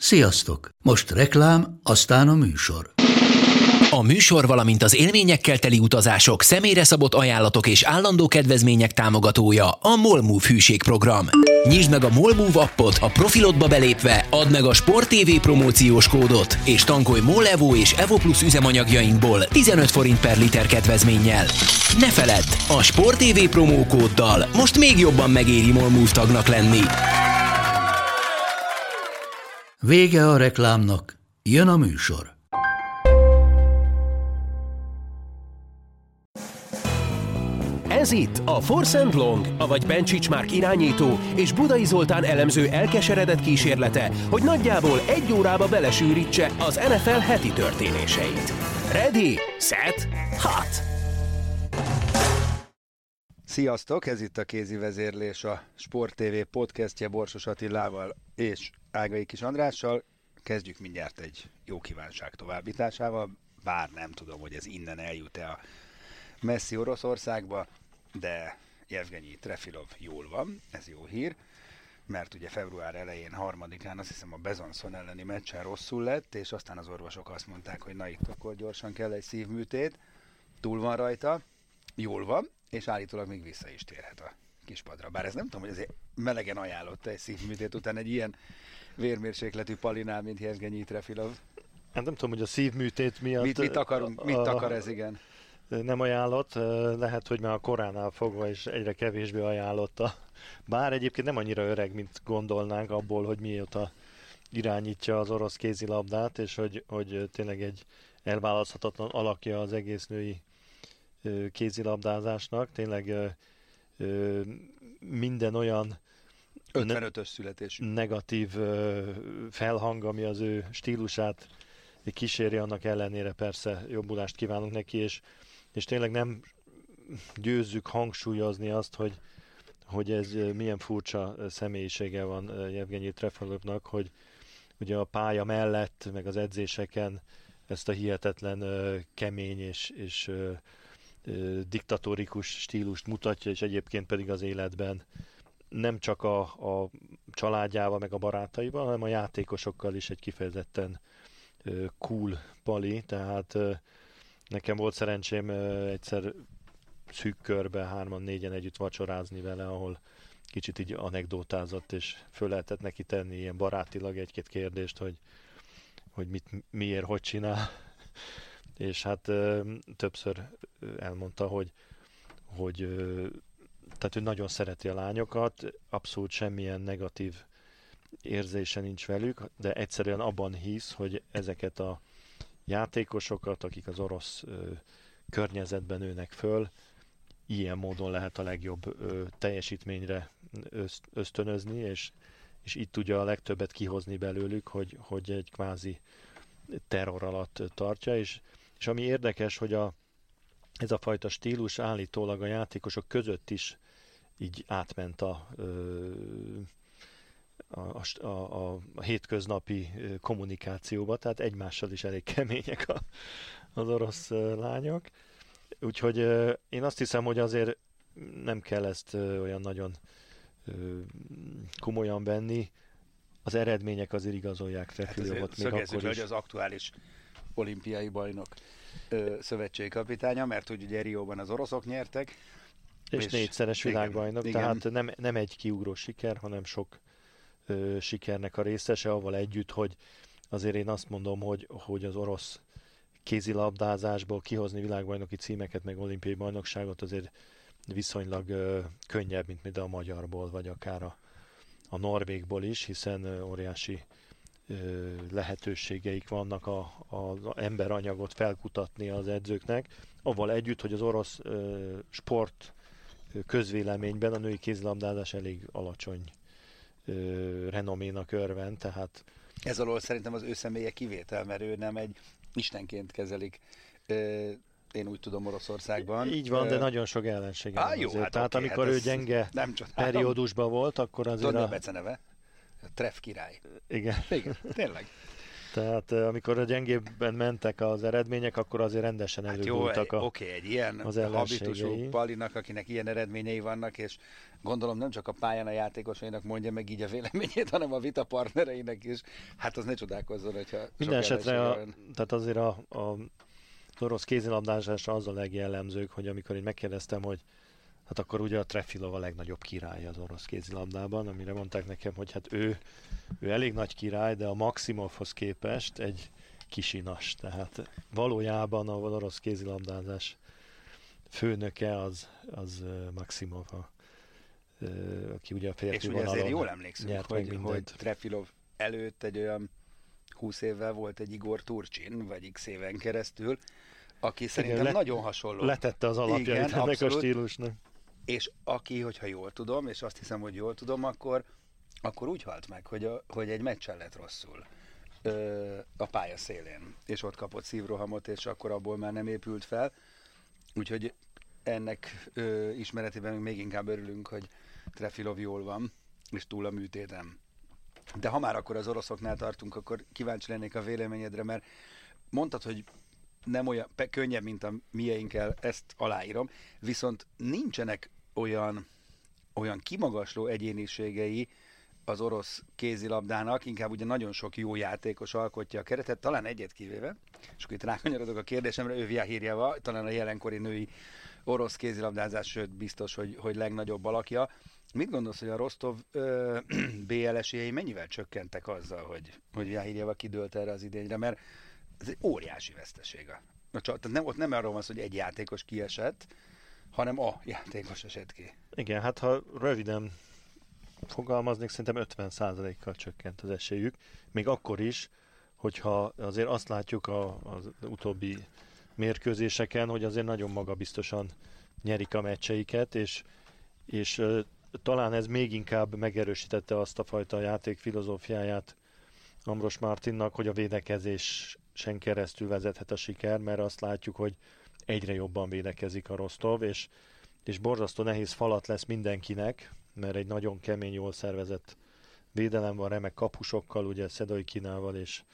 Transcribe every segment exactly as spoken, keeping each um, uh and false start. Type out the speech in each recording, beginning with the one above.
Sziasztok! Most reklám, aztán a műsor. A műsor, valamint az élményekkel teli utazások, személyre szabott ajánlatok és állandó kedvezmények támogatója a MOLMOVE hűségprogram. Nyisd meg a MOLMOVE appot, a profilodba belépve add meg a Sport té vé promóciós kódot, és tankolj MOL Evo és Evo Plus üzemanyagjainkból tizenöt forint per liter kedvezménnyel. Ne feledd, a Sport té vé promókóddal most még jobban megéri MOLMOVE tagnak lenni. Vége a reklámnak, jön a műsor. Ez itt a Force and Long, avagy Bencsics Márk irányító és Budai Zoltán elemző elkeseredett kísérlete, hogy nagyjából egy órába belesűrítse az en ef el heti történéseit. Ready, set, hot! Sziasztok, ez itt a Kézi Vezérlés, a Sport té vé podcastje Borsos Attilával és Ágai Kis Andrással. Kezdjük mindjárt egy jó kívánság továbbításával, bár nem tudom, hogy ez innen eljut-e a messzi Oroszországba, de Jevgenyi Trefilov jól van, ez jó hír, mert ugye február elején, harmadikán azt hiszem a Besançon elleni meccsen rosszul lett, és aztán az orvosok azt mondták, hogy na itt akkor gyorsan kell egy szívműtét, túl van rajta, jól van, és állítólag még vissza is térhet a kispadra. Bár ez nem tudom, hogy azért melegen ajánlotta egy szívműtét után egy ilyen vérmérsékletű palinál, mint Jevgenyi Trefilov. Hát nem tudom, hogy a szívműtét miatt... Mit, mit, akarunk, mit akar ez, igen? Nem ajánlott, lehet, hogy már a koránál fogva is egyre kevésbé ajánlotta. Bár egyébként nem annyira öreg, mint gondolnánk abból, hogy mióta irányítja az orosz kézilabdát, és hogy, hogy tényleg egy elválaszthatatlan alakja az egész női kézilabdázásnak. Tényleg minden olyan ötvenötös születésű negatív felhang, ami az ő stílusát kíséri, annak ellenére persze jobbulást kívánunk neki, és, és tényleg nem győzzük hangsúlyozni azt, hogy, hogy ez milyen furcsa személyisége van Jevgenyi Trefilovnak, hogy ugye a pálya mellett, meg az edzéseken ezt a hihetetlen kemény és, és diktatórikus stílust mutatja, és egyébként pedig az életben nem csak a, a családjával, meg a barátaival, hanem a játékosokkal is egy kifejezetten cool pali, tehát nekem volt szerencsém egyszer szűk körbe hárman, négyen együtt vacsorázni vele, ahol kicsit így anekdótázott, és föl lehetett neki tenni ilyen barátilag egy-két kérdést, hogy, hogy mit, miért, hogy csinál. És hát többször elmondta, hogy, hogy tehát ő nagyon szereti a lányokat, abszolút semmilyen negatív érzése nincs velük, de egyszerűen abban hisz, hogy ezeket a játékosokat, akik az orosz ö, környezetben nőnek föl, ilyen módon lehet a legjobb ö, teljesítményre öszt, ösztönözni, és, és itt tudja a legtöbbet kihozni belőlük, hogy, hogy egy kvázi terror alatt tartja, és, és ami érdekes, hogy a, ez a fajta stílus állítólag a játékosok között is így átment a ö, A, a, a hétköznapi kommunikációba, tehát egymással is elég kemények a, az orosz lányok. Úgyhogy én azt hiszem, hogy azért nem kell ezt olyan nagyon komolyan venni. Az eredmények azért igazolják Trefilovot. Hát szögezzük, hogy az aktuális olimpiai bajnok szövetségkapitánya, mert hogy ugye Rióban az oroszok nyertek. És, és négyszeres világbajnok, igen, tehát igen. Nem, nem egy kiugró siker, hanem sok Ö, sikernek a részese, avval együtt, hogy azért én azt mondom, hogy, hogy az orosz kézilabdázásból kihozni világbajnoki címeket, meg olimpiai bajnokságot azért viszonylag ö, könnyebb, mint például a magyarból, vagy akár a, a norvégból is, hiszen ö, óriási ö, lehetőségeik vannak az emberanyagot felkutatni az edzőknek, avval együtt, hogy az orosz ö, sport ö, közvéleményben a női kézilabdázás elég alacsony renoménak örvend, tehát... Ez alól szerintem az ő személye kivétel, mert ő nem egy istenként kezelik, én úgy tudom, Oroszországban. Így van, de nagyon sok ellensége Á, van jó, azért. hát Tehát oké, amikor hát ő gyenge periódusban volt, akkor azért... Tudod, a... a beceneve? Treff király. Igen. Igen, tényleg. Tehát amikor a gyengébben mentek az eredmények, akkor azért rendesen előbújtak hát a Oké, okay, egy ilyen habitusú Palinak, akinek ilyen eredményei vannak, és gondolom nem csak a pályán a játékosainak mondja meg így a véleményét, hanem a vita partnereinek is. Hát az ne csodálkozzon, hogyha minden esetre, a, tehát azért a, a az orosz kézilabdázásra az a legjellemzők, hogy amikor én megkérdeztem, hogy hát akkor ugye a Trefilov a legnagyobb király az orosz kézilabdában, amire mondták nekem, hogy hát ő, ő elég nagy király, de a Maximovhoz képest egy kisinas. Tehát valójában a orosz kézilabdázás főnöke az, az Maximov, a, aki ugye a férfi vonalon. És ugye ezért jól emlékszünk, hogy, hogy Trefilov előtt egy olyan húsz évvel volt egy Igor Turcsin, vagy x éven keresztül, aki szerintem igen, le, nagyon hasonló. Letette az alapjait igen, ennek abszolút. A stílusnak. És aki, hogyha jól tudom, és azt hiszem, hogy jól tudom, akkor, akkor úgy halt meg, hogy, a, hogy egy meccsen lett rosszul ö, a pálya szélén, és ott kapott szívrohamot, és akkor abból már nem épült fel. Úgyhogy ennek ö, ismeretében még inkább örülünk, hogy Trefilov jól van, és túl a műtéten. De ha már akkor az oroszoknál tartunk, akkor kíváncsi lennék a véleményedre, mert mondtad, hogy nem olyan könnyebb, mint a mieinkkel, ezt aláírom, viszont nincsenek olyan, olyan kimagasló egyéniségei az orosz kézilabdának, inkább ugye nagyon sok jó játékos alkotja a keretet, talán egyet kivéve, és akkor itt rákanyarodok a kérdésemre, ő Vjahirjeva, talán a jelenkori női orosz kézilabdázás, sőt biztos, hogy, hogy legnagyobb alakja. Mit gondolsz, hogy a Rostov ö, bé el esélyei mennyivel csökkentek azzal, hogy, hogy Vjahirjeva kidőlt erre az idényre, mert ez egy óriási veszteség. A, tehát nem, ott nem arról van szó, hogy egy játékos kiesett, hanem a játékos esett ki. Igen, hát ha röviden fogalmaznék, szerintem ötven százalékkal csökkent az esélyük. Még akkor is, hogyha azért azt látjuk a, az utóbbi mérkőzéseken, hogy azért nagyon magabiztosan nyerik a meccseiket, és, és uh, talán ez még inkább megerősítette azt a fajta játék filozófiáját Ambros Martinnak, hogy a védekezésen keresztül vezethet a siker, mert azt látjuk, hogy egyre jobban védekezik a Rostov, és, és borzasztó nehéz falat lesz mindenkinek, mert egy nagyon kemény, jól szervezett védelem van, remek kapusokkal, ugye Szedojkinával és,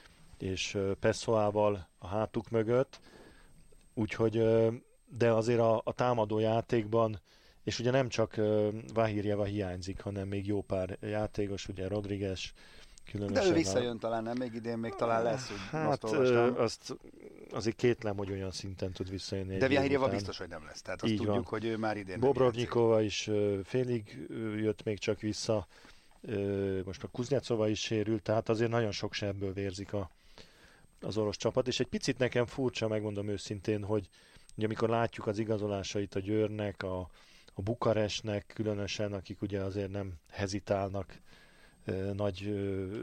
és Pessoával a hátuk mögött, úgyhogy, de azért a, a támadó játékban, és ugye nem csak Vjahirjeva hiányzik, hanem még jó pár játékos, ugye Rodriguez, de ő visszajön a... talán, nem? Még idén még talán lesz, úgy hát azt, azt azért kétlem, hogy olyan szinten tud visszajönni. De Vjahirjeva biztos, hogy nem lesz. Tehát azt így tudjuk, van. Hogy ő már idén Bobrovnikova is félig jött még csak vissza, most a Kuznecova is sérült, tehát azért nagyon sok sebből vérzik a, az orosz csapat, és egy picit nekem furcsa, megmondom őszintén, hogy ugye amikor látjuk az igazolásait a Győrnek, a, a Bukarestnek különösen, akik ugye azért nem hezitálnak nagy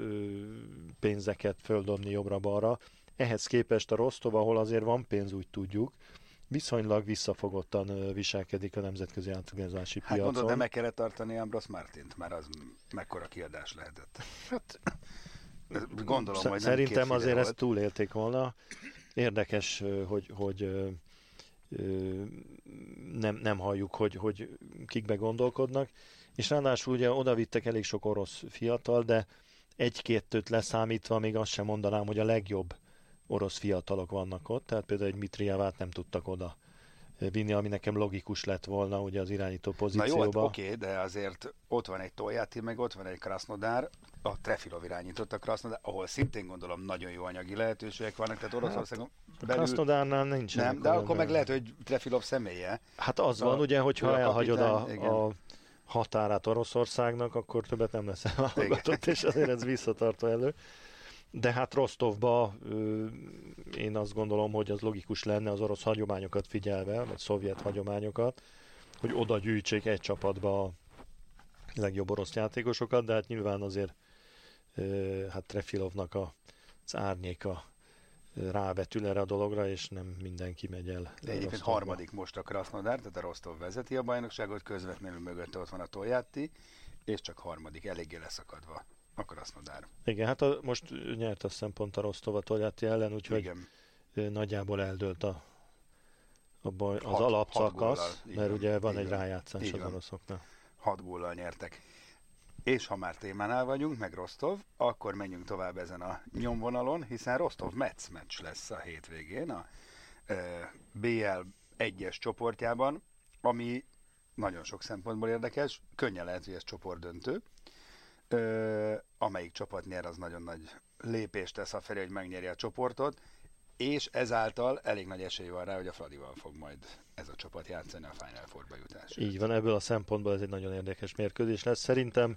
pénzeket földobni jobbra-balra. Ehhez képest a Rostov, ahol azért van pénz, úgy tudjuk, viszonylag visszafogottan viselkedik a nemzetközi átruházási hát piacon. Hát mondod, de meg kellett tartani Ambros Martint, mert az mekkora kiadás lehetett. Hát, gondolom, hogy szerintem azért ezt túlélték volna. Érdekes, hogy, hogy nem, nem halljuk, hogy, hogy kikbe gondolkodnak. És ráadásul ugye oda vittek elég sok orosz fiatal, de egy-kettőt leszámítva még azt sem mondanám, hogy a legjobb orosz fiatalok vannak ott, tehát például egy Mitrievát nem tudtak oda vinni, ami nekem logikus lett volna ugye az irányító pozícióba. Na jó, hát oké, de azért ott van egy Toljatti, meg ott van egy Krasnodar, a Trefilov irányított a Krasnodar, ahol szintén gondolom nagyon jó anyagi lehetőségek vannak, tehát Oroszországon hát, belül... Krasnodárnál nincsen. Nem, de akkor belül. Meg lehet, hogy Trefilov személye. Hát az a, van ugye, hogyha elhagyod a, a határát Oroszországnak, akkor többet nem lesz elhallgatott, és azért ez visszatartó elő. De hát Rostovba ö, én azt gondolom, hogy az logikus lenne az orosz hagyományokat figyelve, vagy szovjet hagyományokat, hogy oda gyűjtsék egy csapatba a legjobb orosz játékosokat, de hát nyilván azért ö, hát Trefilovnak a, az árnyéka rávetül erre a dologra, és nem mindenki megy el. De egyébként harmadik most a Krasnodar, tehát a Rostov vezeti a bajnokságot, közvetlenül mögötte ott van a Toljatti, és csak harmadik, eléggé leszakadva a Krasnodar. Igen, hát a, most nyert azt hiszem pont a Rostov a Toljatti ellen, úgyhogy igen. Nagyjából eldőlt a, a baj, az hat, alapszakasz, hat góllal, mert ugye van egy rájátszás az oroszoknál. Hat góllal nyertek. És ha már témánál vagyunk, meg Rostov, akkor menjünk tovább ezen a nyomvonalon, hiszen Rostov-Metz meccs lesz a hétvégén a e, bé el egyes csoportjában, ami nagyon sok szempontból érdekes. Könnyen lehet, hogy ez csoportdöntő. E, amelyik csapat nyer, az nagyon nagy lépést tesz afelé, hogy megnyeri a csoportot, és ezáltal elég nagy esély van rá, hogy a Fradival fog majd ez a csapat játszani a Final Four-ba jutásra. Így van, ebből a szempontból ez egy nagyon érdekes mérkőzés lesz. Szerintem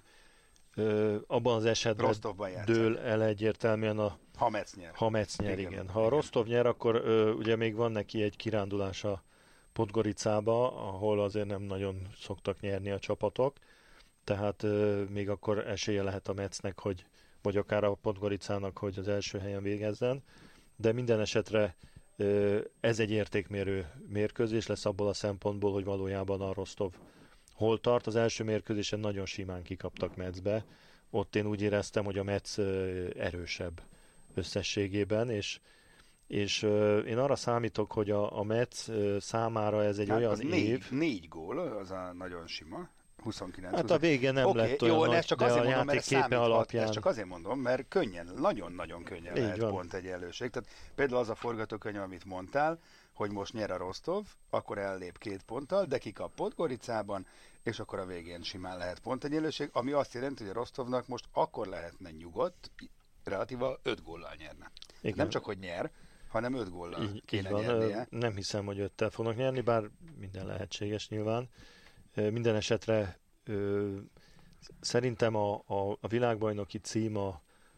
ö, abban az esetben dől el egyértelműen a... Ha Metz nyer. Ha Metz nyer, igen. igen. Ha a Rostov nyer, akkor ö, ugye még van neki egy kirándulás a Podgoricába, ahol azért nem nagyon szoktak nyerni a csapatok, tehát ö, még akkor esélye lehet a Metznek, hogy, vagy akár a Podgoricának, hogy az első helyen végezzen, de minden esetre ö, ez egy értékmérő mérkőzés lesz abból a szempontból, hogy valójában a Rostov hol tart. Az első mérkőzésen nagyon simán kikaptak Metzbe, ott én úgy éreztem, hogy a Metz ö, erősebb összességében, és és ö, én arra számítok, hogy a, a Metz ö, számára ez egy hát olyan négy, év... Négy gól, az a nagyon sima. huszonkilenc. Hát a vége nem okay, lett olyan jó, nagy, ezt csak de azért a mondom, játék képe alapján... Ezt csak azért mondom, mert könnyen, nagyon-nagyon könnyen Így lehet van. pont egyenlőség. Tehát például az a forgatókönyv, amit mondtál, hogy most nyer a Rostov, akkor ellép két ponttal, de kikap Podgoricában, és akkor a végén simán lehet pont egyenlőség, ami azt jelenti, hogy a Rostovnak most akkor lehetne nyugodt, relatíva öt góllal nyerne. Nem csak, hogy nyer, hanem öt góllal így, kéne így van. nyernie. Nem hiszem, hogy öttel fognak nyerni, bár minden lehetséges nyilván. Minden esetre ö, szerintem a, a, a világbajnoki cím, a,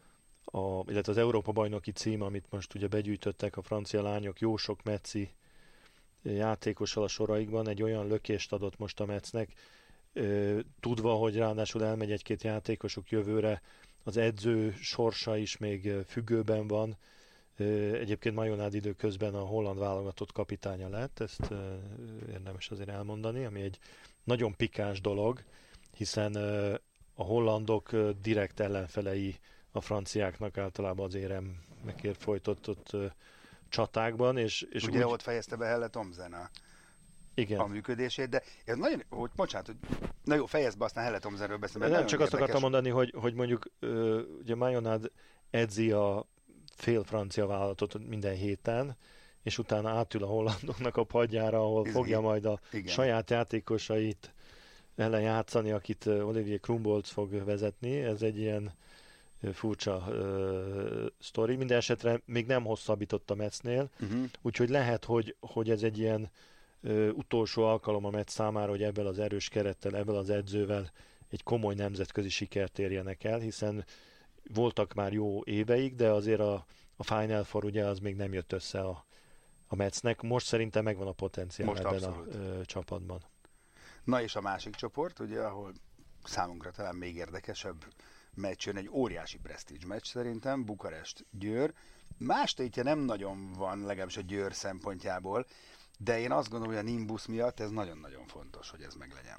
a, illetve az Európa-bajnoki cím, amit most ugye begyűjtöttek a francia lányok, jó sok metzi játékossal a soraikban, egy olyan lökést adott most a Metznek, ö, tudva, hogy ráadásul elmegy egy-két játékosuk jövőre, az edző sorsa is még függőben van. Egyébként Majonád időközben a holland válogatott kapitánya lett, ezt érdemes azért elmondani, ami egy nagyon pikáns dolog, hiszen a hollandok direkt ellenfelei a franciáknak általában az éremekért folytatott csatákban. És, és ugye úgy... ott fejezte be Helle Thomsen a, Igen. a működését, de ez nagyon, hogy bocsánat, hogy na jó, fejezd be, aztán Helle Thomsenről beszélni. Nem, csak azt akartam mondani, hogy, hogy mondjuk ugye Majonád edzi a fél francia vállalatot minden héten, és utána átül a hollandoknak a padjára, ahol Ez fogja így. majd a Igen. saját játékosait ellen játszani, akit Olivier Krumbolz fog vezetni. Ez egy ilyen furcsa uh, sztori. Minden esetre még nem hosszabbított a Metznél, uh-huh. úgyhogy lehet, hogy, hogy ez egy ilyen uh, utolsó alkalom a Metz számára, hogy ebből az erős kerettel, ebből az edzővel egy komoly nemzetközi sikert érjenek el, hiszen voltak már jó éveik, de azért a, a Final Four ugye az még nem jött össze a, a Metznek. Most szerintem megvan a potenciál Most ebben abszolút. a ö, csapatban. Na és a másik csoport, ugye, ahol számunkra talán még érdekesebb meccs jön, egy óriási presztízs meccs szerintem, Bukarest-Győr. Más tétje nem nagyon van, legalábbis a Győr szempontjából, de én azt gondolom, hogy a Nimbus miatt ez nagyon-nagyon fontos, hogy ez meglegyen.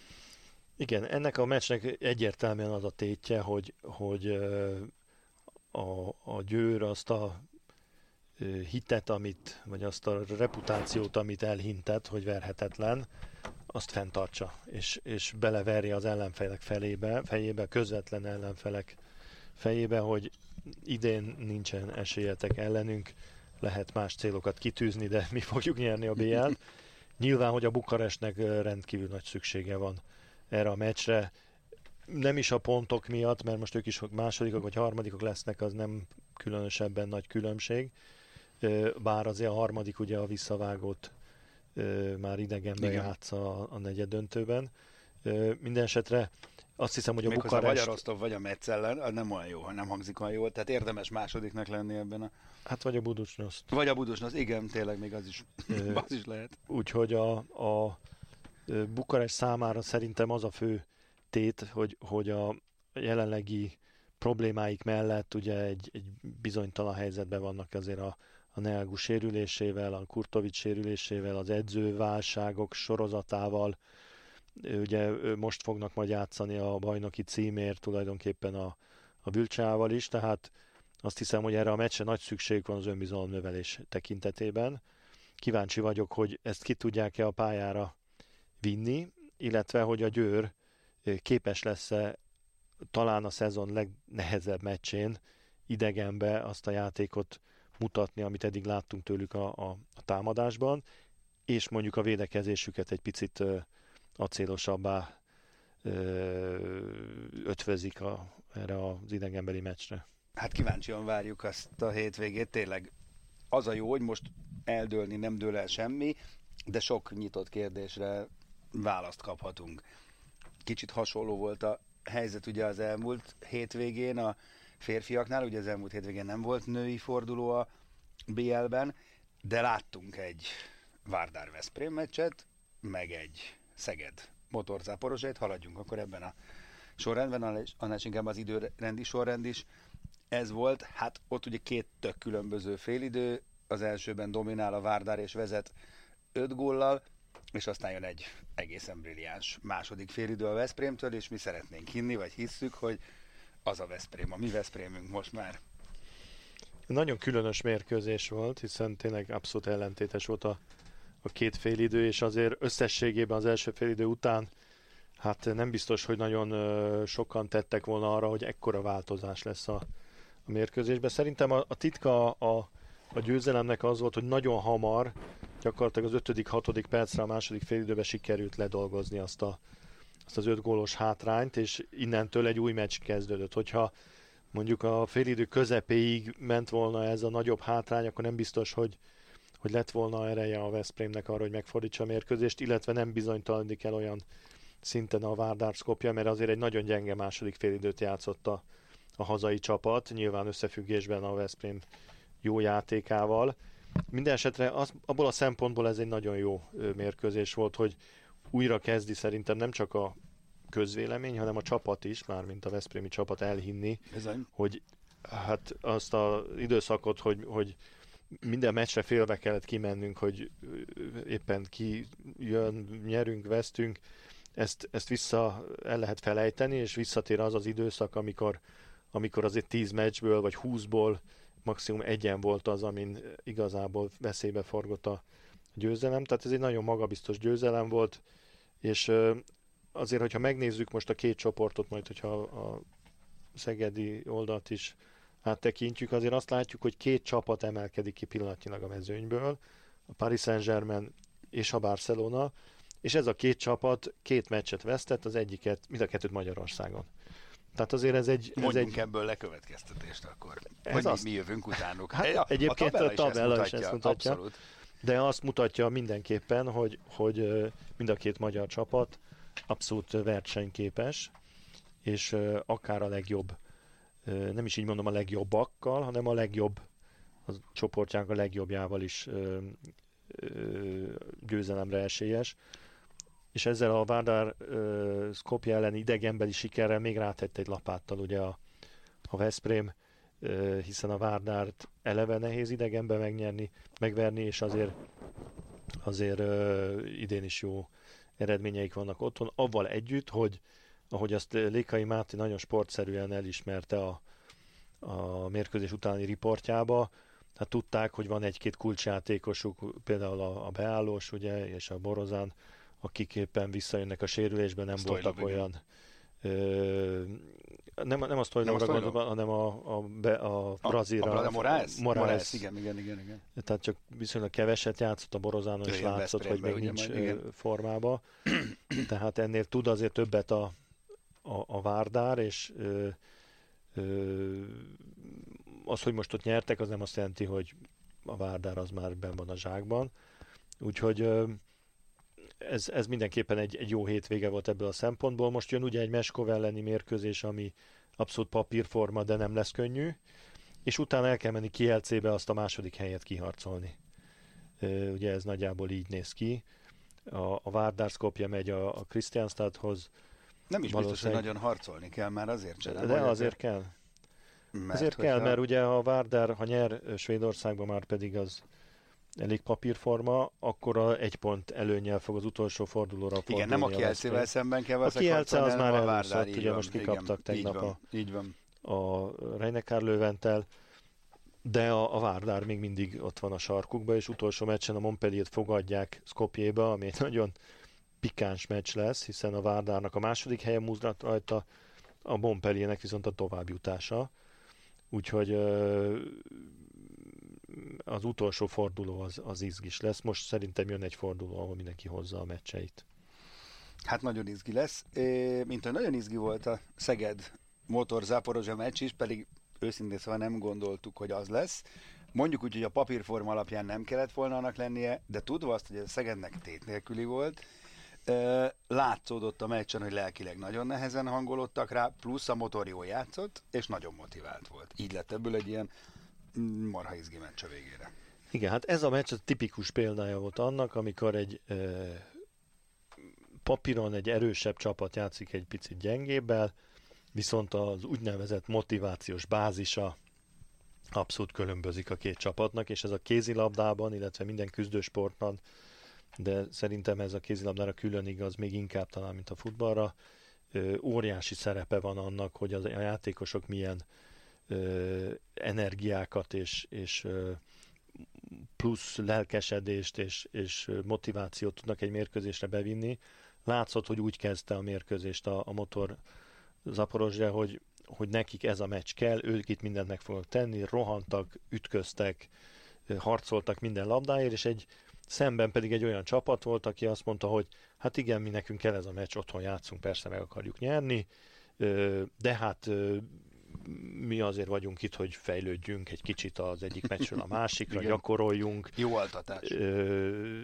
Igen, ennek a meccsnek egyértelműen az a tétje, hogy, hogy a, a Győr azt a hitet, amit, vagy azt a reputációt, amit elhintett, hogy verhetetlen, azt fenntartsa, és, és beleverje az ellenfelek felébe, fejébe, közvetlen ellenfelek fejébe, hogy idén nincsen esélyetek ellenünk, lehet más célokat kitűzni, de mi fogjuk nyerni a bé el-t. Nyilván, hogy a Bukarestnek rendkívül nagy szüksége van erre a meccsre. Nem is a pontok miatt, mert most ők is másodikok vagy harmadikok lesznek, az nem különösebben nagy különbség. Bár azért a harmadik ugye a visszavágót már idegenben játsza a, a negyed döntőben. Minden esetre azt hiszem, hogy a Méghozzá Bukarest... vagy a Rostov, vagy a Metz ellen, az nem olyan jó, nem hangzik olyan jól, tehát érdemes másodiknak lenni ebben a... Hát vagy a Buducsnoszt. Vagy a Buducsnoszt, igen, tényleg még az is, az is lehet. Úgyhogy a, a Bukarest számára szerintem az a fő tét, hogy, hogy a jelenlegi problémáik mellett ugye egy, egy bizonytalan helyzetben vannak azért a, a Neagu sérülésével, a Kurtovics sérülésével, az edzőválságok sorozatával. Ugye most fognak majd játszani a bajnoki címért tulajdonképpen a, a Bülcsával is, tehát azt hiszem, hogy erre a meccsre nagy szükség van az önbizalom növelés tekintetében. Kíváncsi vagyok, hogy ezt ki tudják-e a pályára vinni, illetve hogy a Győr képes lesz-e talán a szezon legnehezebb meccsén idegenbe azt a játékot mutatni, amit eddig láttunk tőlük a, a, a támadásban, és mondjuk a védekezésüket egy picit ö, acélosabbá ö, ötvözik a, erre az idegenbeli meccsre. Hát kíváncsian várjuk azt a hétvégét, tényleg az a jó, hogy most eldőlni nem dől el semmi, de sok nyitott kérdésre választ kaphatunk. Kicsit hasonló volt a helyzet ugye az elmúlt hétvégén a férfiaknál, ugye az elmúlt hétvégén nem volt női forduló a bé el-ben, de láttunk egy Vardar Veszprém meccset, meg egy Szeged Motorzáporosét, haladjunk akkor ebben a sorrendben, annál inkább az időrendi sorrend is ez volt. Hát ott ugye két tök különböző félidő, az elsőben dominál a Vardar és vezet öt góllal, és aztán jön egy egészen brilliáns második félidő a Veszprémtől, és mi szeretnénk hinni, vagy hisszük, hogy az a Veszprém, a mi Veszprémünk most már. Nagyon különös mérkőzés volt, hiszen tényleg abszolút ellentétes volt a, a két félidő, és azért összességében az első félidő után hát nem biztos, hogy nagyon ö, sokan tettek volna arra, hogy ekkora változás lesz a, a mérkőzésben. Szerintem a, a titka a, a győzelemnek az volt, hogy nagyon hamar, gyakorlatilag az ötödik, hatodik percre a második félidőben sikerült ledolgozni azt, a, azt az öt gólos hátrányt, és innentől egy új meccs kezdődött. Hogyha mondjuk a félidő közepéig ment volna ez a nagyobb hátrány, akkor nem biztos, hogy, hogy lett volna ereje a Veszprémnek arra, hogy megfordítsa a mérkőzést, illetve nem bizonytalanodik el olyan szinten a Vardar Skopje, mert azért egy nagyon gyenge második félidőt játszott a, a hazai csapat, nyilván összefüggésben a Veszprém jó játékával. Minden esetre az, abból a szempontból ez egy nagyon jó mérkőzés volt, hogy újra kezdi szerintem nem csak a közvélemény, hanem a csapat is, mármint a veszprémi csapat elhinni, Bizony. hogy hát azt az időszakot, hogy, hogy minden meccsre félve kellett kimennünk, hogy éppen ki jön, nyerünk, vesztünk, ezt, ezt vissza el lehet felejteni, és visszatér az az időszak, amikor, amikor azért tíz meccsből, vagy húszból maximum egyen volt az, amin igazából veszélybe forgott a győzelem. Tehát ez egy nagyon magabiztos győzelem volt, és azért, hogyha megnézzük most a két csoportot, majd hogyha a szegedi oldalt is áttekintjük, azért azt látjuk, hogy két csapat emelkedik ki pillanatnyilag a mezőnyből, a Paris Saint-Germain és a Barcelona, és ez a két csapat két meccset vesztett, az egyiket, mind a kettőt Magyarországon. Tehát azért ez egy... Mondjunk ez egy... ebből lekövetkeztetést akkor. Ez hogy azt... mi, mi jövünk utánuk. Hát, ja, egyébként a tabella, a tabella is, is ezt mutatja. Abszolút. De azt mutatja mindenképpen, hogy, hogy mind a két magyar csapat abszolút versenyképes, és akár a legjobb, nem is így mondom a legjobbakkal, hanem a legjobb, a csoportjának a legjobbjával is győzelemre esélyes. És ezzel a Vardar Skopje elleni idegenbeli sikerrel még rátett egy lapáttal ugye a, a Veszprém, hiszen a Vardárt eleve nehéz idegenbe megnyerni, megverni, és azért, azért idén is jó eredményeik vannak otthon, avval együtt, hogy ahogy azt Lékai Máté nagyon sportszerűen elismerte a, a mérkőzés utáni riportjába, hát tudták, hogy van egy-két kulcsjátékosuk, például a, a beállós, ugye, és a Borozán, akik éppen visszajönnek a sérülésben, nem Stoilov, voltak olyan ö, nem, nem a Stoilovra gondolom, hanem a, a, be, a brazilra. A, a, a Moraes? Moraes. Moraes, igen, igen, igen, igen. Tehát csak viszonylag keveset játszott a Borozánon, és látszott, hogy még nincs majd, formába. Tehát ennél tud azért többet a, a, a Vardar, és ö, ö, az, hogy most ott nyertek, az nem azt jelenti, hogy a Vardar az már benn van a zsákban. Úgyhogy ö, Ez, ez mindenképpen egy, egy jó hétvége volt ebből a szempontból. Most jön ugye egy Meskov elleni mérkőzés, ami abszolút papírforma, de nem lesz könnyű, és utána el kell menni Kielcébe azt a második helyet kiharcolni. Ugye ez nagyjából így néz ki. A, a Vardar Skopje megy a, a Kristianstadhoz. Nem is biztos, hogy nagyon harcolni kell, már azért sem. De, de azért kell. Mert azért kell, mert ugye a Vardar, ha nyer Svédországban, már pedig az elég papírforma, akkor a egy pont előnnyel fog az utolsó fordulóra fordulni. Igen, nem a Kielcével szemben kell a Kielce az már elúszott, ugye van, most kikaptak igen, tegnap így van, a, így van. a Rhein-Neckar Löwentel, de a, a Vardar még mindig ott van a sarkukba, és utolsó meccsen a Montpellier-t fogadják Skopjéba, ami egy nagyon pikáns meccs lesz, hiszen a Vardarnak a második helyen múznak rajta, a Montpelliernek viszont a továbbjutása. Úgyhogy az utolsó forduló az, az izgis lesz. Most szerintem jön egy forduló, ahol mindenki hozza a meccseit. Hát nagyon izgi lesz. É, mint hogy nagyon izgi volt a Szeged Motor Zaporozsa meccs is, pedig őszintén szóval nem gondoltuk, hogy az lesz. Mondjuk úgy, hogy a papírforma alapján nem kellett volna annak lennie, de tudva azt, hogy a Szegednek tét nélküli volt, látszódott a meccsen, hogy lelkileg nagyon nehezen hangolódtak rá, plusz a motor jól játszott, és nagyon motivált volt. Így lett ebből egy ilyen marha izgi meccs a végére. Igen, hát ez a meccs a tipikus példája volt annak, amikor egy e, papíron egy erősebb csapat játszik egy picit gyengébbel, viszont az úgynevezett motivációs bázisa abszolút különbözik a két csapatnak, és ez a kézilabdában, illetve minden küzdősportban, de szerintem ez a kézilabdára külön igaz, még inkább talán, mint a futballra, ö, óriási szerepe van annak, hogy az, a játékosok milyen ö, energiákat és, és ö, plusz lelkesedést és, és motivációt tudnak egy mérkőzésre bevinni. Látszott, hogy úgy kezdte a mérkőzést a, a Motor Zaporozsja, hogy, hogy nekik ez a meccs kell, ők itt mindent meg fognak tenni, rohantak, ütköztek, harcoltak minden labdáért, és egy szemben pedig egy olyan csapat volt, aki azt mondta, hogy hát igen, mi nekünk kell ez a meccs, otthon játszunk, persze meg akarjuk nyerni, de hát mi azért vagyunk itt, hogy fejlődjünk egy kicsit az egyik meccsről a másikra, gyakoroljunk. Jó altatás. Ö,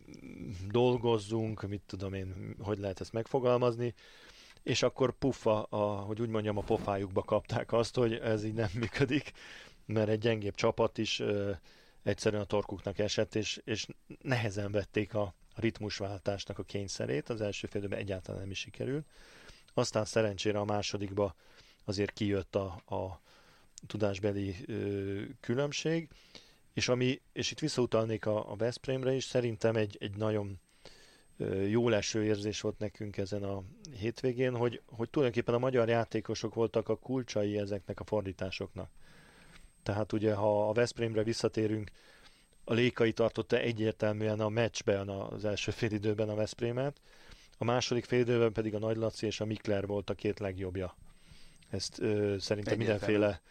dolgozzunk, mit tudom én, hogy lehet ezt megfogalmazni, és akkor puffa, a, hogy úgy mondjam, a pofájukba kapták azt, hogy ez így nem működik, mert egy gyengébb csapat is ö, egyszerűen a torkuknak esett, és, és nehezen vették a ritmusváltásnak a kényszerét, az első fél időben egyáltalán nem is sikerült. Aztán szerencsére a másodikba azért kijött a, a tudásbeli ö, különbség, és, ami, és itt visszautalnék a, a Veszprémre is, szerintem egy, egy nagyon ö, jó leső érzés volt nekünk ezen a hétvégén, hogy, hogy tulajdonképpen a magyar játékosok voltak a kulcsai ezeknek a fordításoknak. Tehát ugye, ha a Veszprémre visszatérünk, a Lékai tartotta egyértelműen a meccsben az első félidőben a Veszprémet, a második félidőben pedig a Nagy Laci és a Mikler volt a két legjobbja. Ezt ö, szerintem mindenféle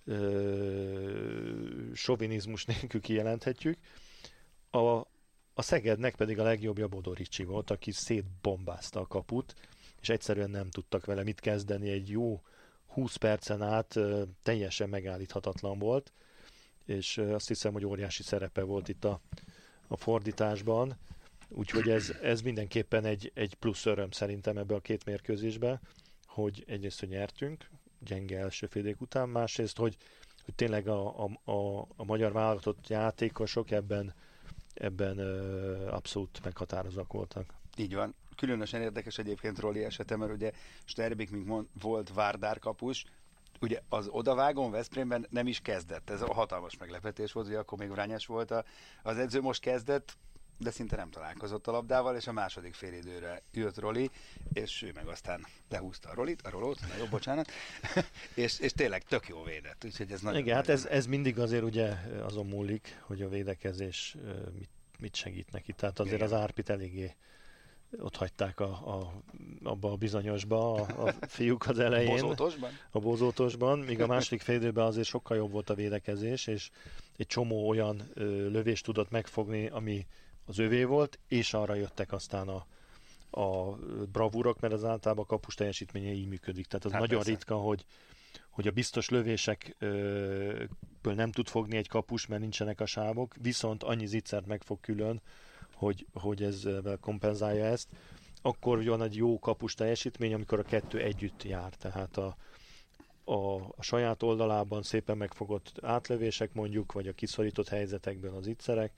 ö, sovinizmus nélkül kijelenthetjük. A, a Szegednek pedig a legjobbja Bodor Ricsi volt, aki szétbombázta a kaput, és egyszerűen nem tudtak vele mit kezdeni. Egy jó húsz percen át ö, teljesen megállíthatatlan volt, és ö, azt hiszem, hogy óriási szerepe volt itt a, a fordításban. Úgyhogy ez, ez mindenképpen egy, egy plusz öröm szerintem ebbe a két mérkőzésbe, hogy egyrészt, hogy nyertünk, gyenge első féldék után, másrészt, hogy, hogy tényleg a, a, a, a magyar válogatott játékosok ebben, ebben ö, abszolút meghatározóak voltak. Így van. Különösen érdekes egyébként Roli esete, mert ugye Sterbik, mint mond, volt Várdár kapus, ugye az odavágón Veszprémben nem is kezdett. Ez a hatalmas meglepetés volt, ugye akkor még Vrányás volt a, az edző, most kezdett, de szinte nem találkozott a labdával, és a második félidőre jött Roli, és ő meg aztán lehúzta a Rolit, a Rolót, na jó, bocsánat, és, és tényleg tök jó védett, úgyhogy ez nagyon... Igen, hát ez, ez mindig azért ugye azon múlik, hogy a védekezés mit, mit segít neki, tehát azért igen. Az Árpit eléggé ott hagyták a, a, abba a bizonyosba a, a fiúk az elején. Bozótosban? A bozótosban, míg a második félidőben azért sokkal jobb volt a védekezés, és egy csomó olyan ö, lövést tudott megfogni, ami az övé volt, és arra jöttek aztán a, a bravúrok, mert az általában a kapus teljesítménye így működik. Tehát az hát nagyon persze. ritka, hogy, hogy a biztos lövésekből nem tud fogni egy kapus, mert nincsenek a sávok, viszont annyi zicsert megfog külön, hogy, hogy ez kompenzálja ezt. Akkor van egy jó kapus teljesítmény, amikor a kettő együtt jár. Tehát a, a, a saját oldalában szépen megfogott átlövések mondjuk, vagy a kiszorított helyzetekben az zicserek,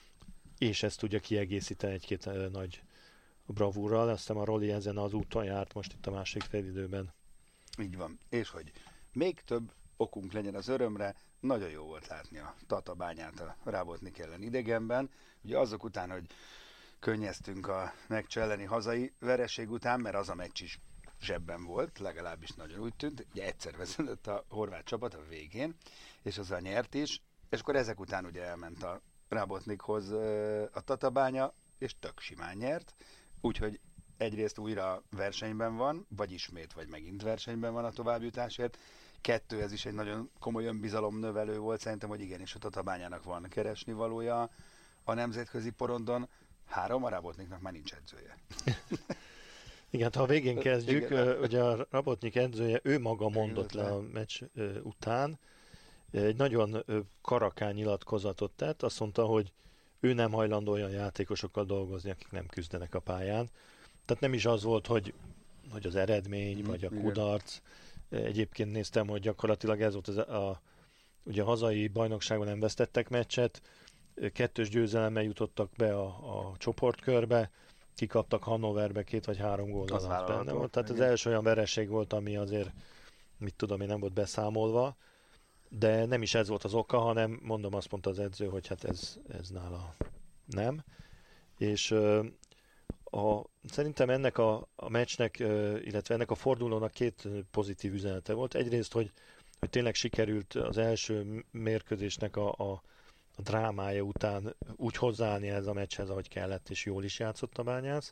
és ezt tudja kiegészíteni egy-két nagy bravúrral. Aztán a Roli ezen az úton járt most itt a másik félidőben. Így van. És hogy még több okunk legyen az örömre, nagyon jó volt látni a Tatabányát a Rábotnik ellen idegenben. Ugye azok után, hogy könnyeztünk a meccs elleni hazai vereség után, mert az a meccs is zsebben volt, legalábbis nagyon úgy tűnt. Ugye egyszer vezetett a horvát csapat a végén, és azzal nyert is, és akkor ezek után ugye elment a Rábotnikhoz a Tatabánya, és tök simán nyert, úgyhogy egyrészt újra versenyben van, vagy ismét, vagy megint versenyben van a továbbjutásért. Kettő, ez is egy nagyon komoly önbizalomnövelő volt, szerintem, hogy igenis a Tatabányának van keresni valója a nemzetközi porondon. Három, a Rabotniknak már nincs edzője. Igen, ha a végén kezdjük, Igen. ugye a Rabotnik edzője, ő maga mondott le a meccs után, egy nagyon karakán nyilatkozatot tett, azt mondta, hogy ő nem hajlandó olyan játékosokkal dolgozni, akik nem küzdenek a pályán. Tehát nem is az volt, hogy, hogy az eredmény, mm, vagy a kudarc. Egyébként néztem, hogy gyakorlatilag ez volt az, a, ugye a hazai bajnokságon nem vesztettek meccset, kettős győzelemmel jutottak be a, a csoportkörbe, kikaptak Hannoverbe két vagy három gól alatt benne volt. Tehát ez első olyan vereség volt, ami azért, mit tudom én, nem volt beszámolva, de nem is ez volt az oka, hanem mondom, azt mondta az edző, hogy hát ez, ez nála nem. És a, szerintem ennek a, a meccsnek, illetve ennek a fordulónak két pozitív üzenete volt. Egyrészt, hogy, hogy tényleg sikerült az első mérkőzésnek a, a, a drámája után úgy hozzáállni ez a meccshez, ahogy kellett, és jól is játszott a Bányász.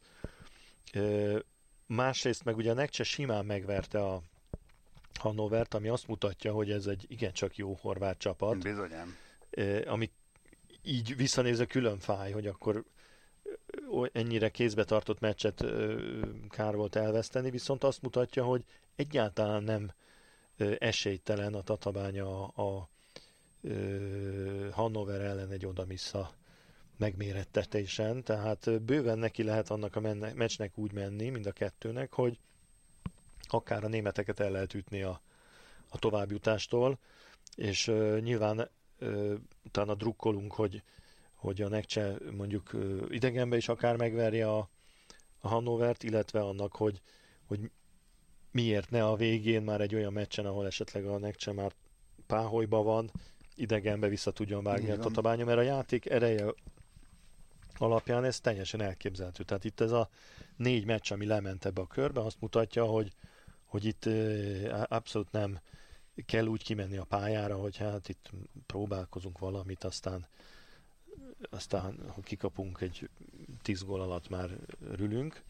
Másrészt meg ugye a Nekcse simán megverte a Hannovert, ami azt mutatja, hogy ez egy igencsak jó horvát csapat. Bizonyám. Ami így visszanézve külön fáj, hogy akkor ennyire kézbe tartott meccset kár volt elveszteni, viszont azt mutatja, hogy egyáltalán nem esélytelen a Tatabánya a, a Hannover ellen egy oda-vissza megmérettetésen, tehát bőven neki lehet annak a menne, meccsnek úgy menni, mind a kettőnek, hogy akár a németeket el lehet ütni a, a továbbjutástól, és uh, nyilván uh, utána drukkolunk, hogy, hogy a Nekcse mondjuk uh, idegenbe is akár megverje a, a Hannovert, illetve annak, hogy, hogy miért ne a végén már egy olyan meccsen, ahol esetleg a Nekcse már páholyba van, idegenbe vissza tudjon vágni a Tatabánya, mert a játék ereje alapján ez teljesen elképzelhető. Tehát itt ez a négy meccs, ami lement ebbe a körbe, azt mutatja, hogy, hogy itt abszolút nem kell úgy kimenni a pályára, hogy hát itt próbálkozunk valamit, aztán aztán, ha kikapunk egy tíz gól alatt már rülünk.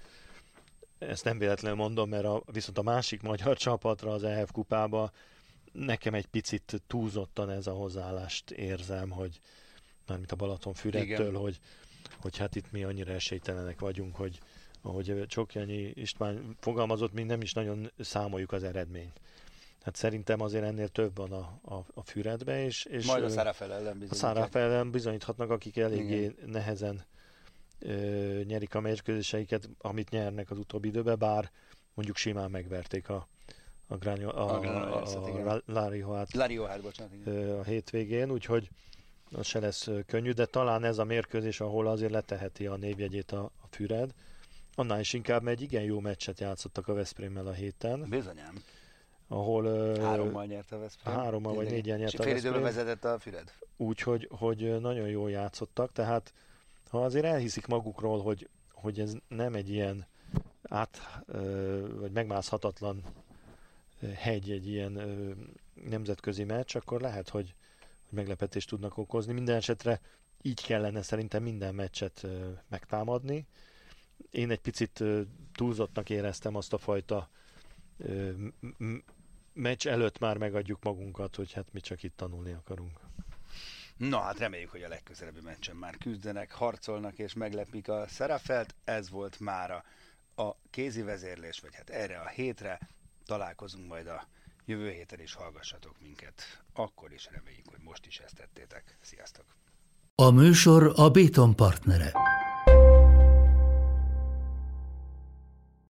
Ezt nem véletlenül mondom, mert a, viszont a másik magyar csapatra az E H F kupába nekem egy picit túlzottan ez a hozzáállást érzem, hogy mármint a Balatonfüredtől, hogy, hogy hát itt mi annyira esélytelenek vagyunk, hogy ahogy Csokjányi István fogalmazott, mi nem is nagyon számoljuk az eredményt. Hát szerintem azért ennél több van a, a, a Füredbe, és, és majd a Szárafel ellen bizonyíthatnak. A Szárafel ellen bizonyíthatnak, akik eléggé Igen. nehezen ö, nyerik a mérkőzéseiket, amit nyernek az utóbbi időben, bár mondjuk simán megverték a a, Grányo, a, a, a, a Láriohát a hétvégén, úgyhogy az se lesz könnyű, de talán ez a mérkőzés, ahol azért leteheti a névjegyét a, a Füred. Annál is inkább, mert egy igen jó meccset játszottak a Veszprémmel a héten. Bizonyám. Ahol hárommal nyert a Veszprém. Hárommal vagy négyen nyert a Veszprém. Veszprém. Fél időben vezetett a Füred. Úgyhogy hogy nagyon jól játszottak, tehát ha azért elhiszik magukról, hogy, hogy ez nem egy ilyen át, vagy megmászhatatlan hegy, egy ilyen ö, nemzetközi meccs, akkor lehet, hogy, hogy meglepetést tudnak okozni. Minden esetre így kellene szerintem minden meccset ö, megtámadni. Én egy picit ö, túlzottnak éreztem azt a fajta ö, m- meccs előtt már megadjuk magunkat, hogy hát mi csak itt tanulni akarunk. Na hát reméljük, hogy a legközelebbi meccsen már küzdenek, harcolnak és meglepik a Szárafelt. Ez volt mára a kézi vezérlés, vagy hát erre a hétre. Találkozunk majd a jövő héten, és hallgassatok minket. Akkor is reméljük, hogy most is ezt tettétek. Sziasztok! A műsor a Béton partnere.